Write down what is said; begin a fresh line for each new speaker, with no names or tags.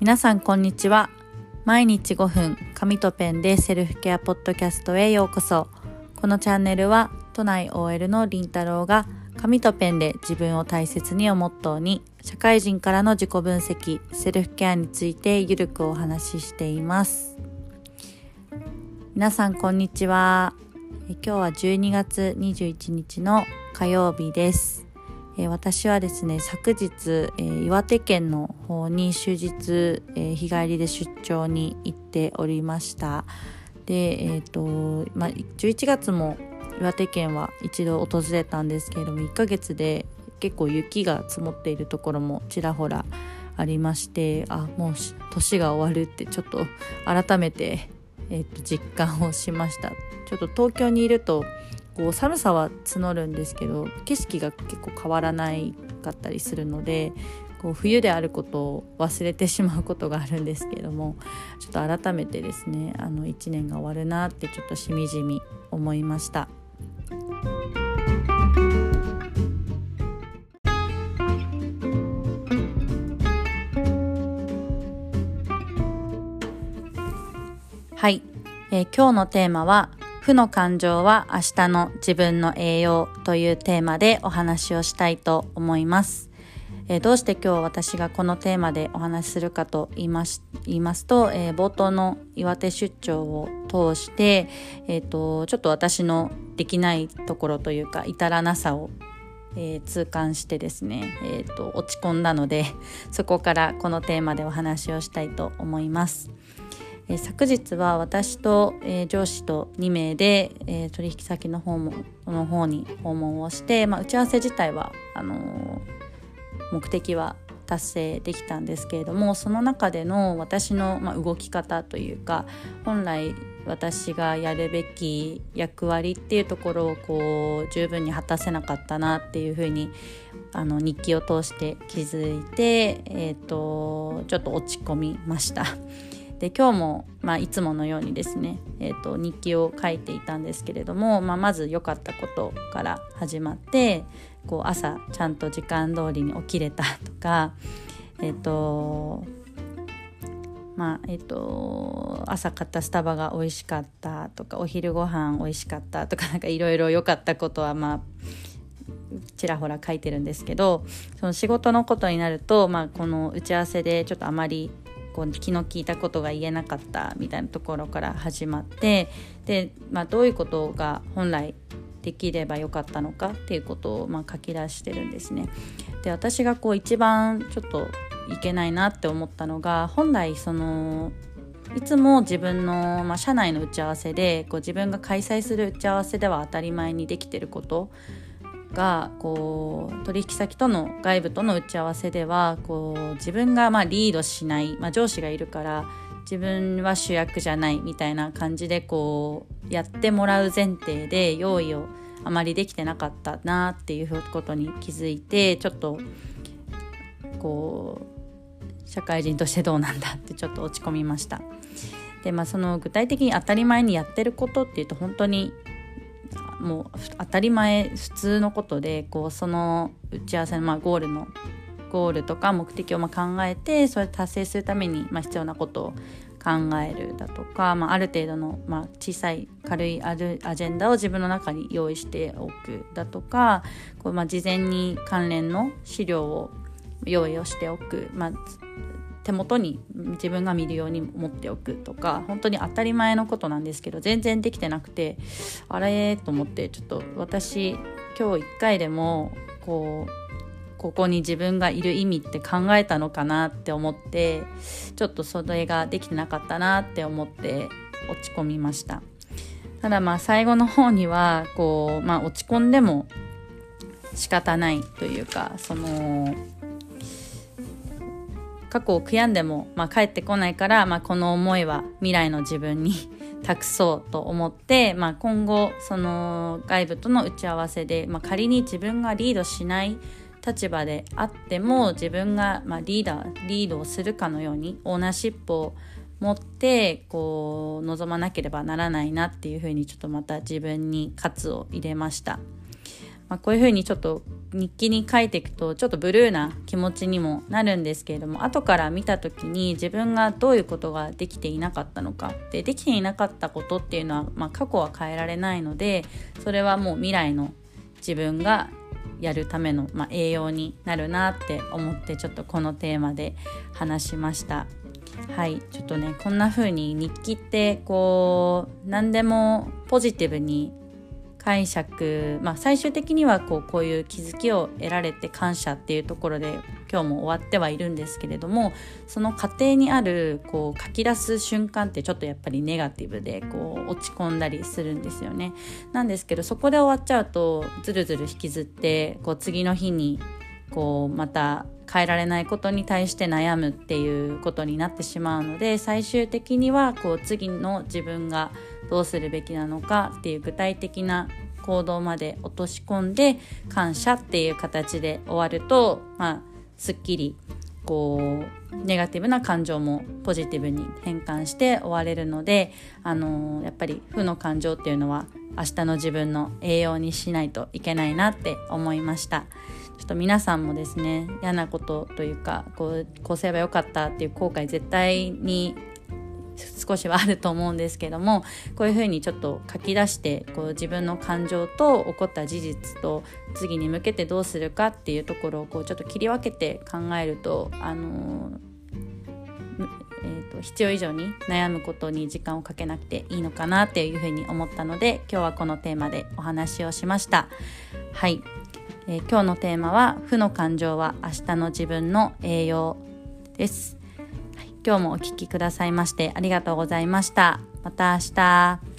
皆さんこんにちは。毎日5分紙とペンでセルフケアポッドキャストへようこそ。このチャンネルは都内 OL のりんたろうが紙とペンで自分を大切にをモットーに社会人からの自己分析、セルフケアについてゆるくお話ししています。皆さんこんにちは。今日は12月21日の火曜日です。私はですね、昨日、岩手県の方に終日、日帰りで出張に行っておりました。で、11月も岩手県は一度訪れたんですけれども、1ヶ月で結構雪が積もっているところもちらほらありまして、もう年が終わるってちょっと改めて、実感をしました。ちょっと東京にいると寒さは募るんですけど、景色が結構変わらないかったりするので、冬であることを忘れてしまうことがあるんですけれども、ちょっと改めてですね、1年が終わるなってちょっとしみじみ思いました。はい、今日のテーマは負の感情は明日の自分の栄養というテーマでお話をしたいと思います。どうして今日私がこのテーマでお話しするかと言いますと、冒頭の岩手出張を通して、ちょっと私のできないところというか至らなさを痛感してですね、落ち込んだので、そこからこのテーマでお話をしたいと思います。昨日は私と、上司と2名で、取引先の方に訪問をして、打ち合わせ自体は目的は達成できたんですけれども、その中での私の、動き方というか、本来私がやるべき役割っていうところを十分に果たせなかったなっていうふうに日記を通して気づいて、ちょっと落ち込みました。で、今日も、いつものようにですね、日記を書いていたんですけれども、まず良かったことから始まって、朝ちゃんと時間通りに起きれたとか、朝買ったスタバが美味しかったとか、お昼ご飯美味しかったとか、いろいろ良かったことはちらほら書いてるんですけど、その仕事のことになると、この打ち合わせでちょっとあまり気の利いたことが言えなかったみたいなところから始まって、で、どういうことが本来できればよかったのかっていうことを書き出してるんですね。で、私が一番ちょっといけないなって思ったのが、本来いつも自分の、社内の打ち合わせで自分が開催する打ち合わせでは当たり前にできてることが取引先との外部との打ち合わせでは自分がリードしない、上司がいるから自分は主役じゃないみたいな感じでやってもらう前提で用意をあまりできてなかったなっていうことに気づいて、ちょっと社会人としてどうなんだってちょっと落ち込みました。で、その具体的に当たり前にやってることっていうと本当にもう当たり前普通のことで、その打ち合わせのゴールとか目的を考えて、それを達成するために必要なことを考えるだとか、ある程度の小さい軽いアジェンダを自分の中に用意しておくだとか、事前に関連の資料を用意をしておく、手元に自分が見るように持っておくとか、本当に当たり前のことなんですけど全然できてなくて、あれと思って、ちょっと私今日1回でもここに自分がいる意味って考えたのかなって思って、ちょっとそれができてなかったなって思って落ち込みました。ただ最後の方には落ち込んでも仕方ないというか、過去を悔やんでも、帰ってこないから、この思いは未来の自分に託そうと思って、今後その外部との打ち合わせで、仮に自分がリードしない立場であっても、自分がリードをするかのようにオーナーシップを持って臨まなければならないなっていうふうに、ちょっとまた自分に喝を入れました。こういうふうにちょっと日記に書いていくとちょっとブルーな気持ちにもなるんですけれども、後から見た時に自分がどういうことができていなかったのかできていなかったことっていうのは、過去は変えられないので、それはもう未来の自分がやるための、栄養になるなって思って、ちょっとこのテーマで話しました。はい、ちょっとねこんな風に日記って何でもポジティブに解釈、最終的にはこういう気づきを得られて感謝っていうところで今日も終わってはいるんですけれども、その過程にある書き出す瞬間ってちょっとやっぱりネガティブで落ち込んだりするんですよね。なんですけど、そこで終わっちゃうとずるずる引きずって次の日にまた変えられないことに対して悩むっていうことになってしまうので、最終的には次の自分がどうするべきなのかっていう具体的な行動まで落とし込んで感謝っていう形で終わると、すっきりネガティブな感情もポジティブに変換して終われるので、やっぱり負の感情っていうのは明日の自分の栄養にしないといけないなって思いました。ちょっと皆さんもですね、嫌なことというかこうすればよかったっていう後悔絶対に少しはあると思うんですけども、こういうふうにちょっと書き出して自分の感情と起こった事実と次に向けてどうするかっていうところをちょっと切り分けて考えると、必要以上に悩むことに時間をかけなくていいのかなっていうふうに思ったので、今日はこのテーマでお話をしました。はい、今日のテーマは負の感情は明日の自分の栄養です。今日もお聞きくださいましてありがとうございました。また明日。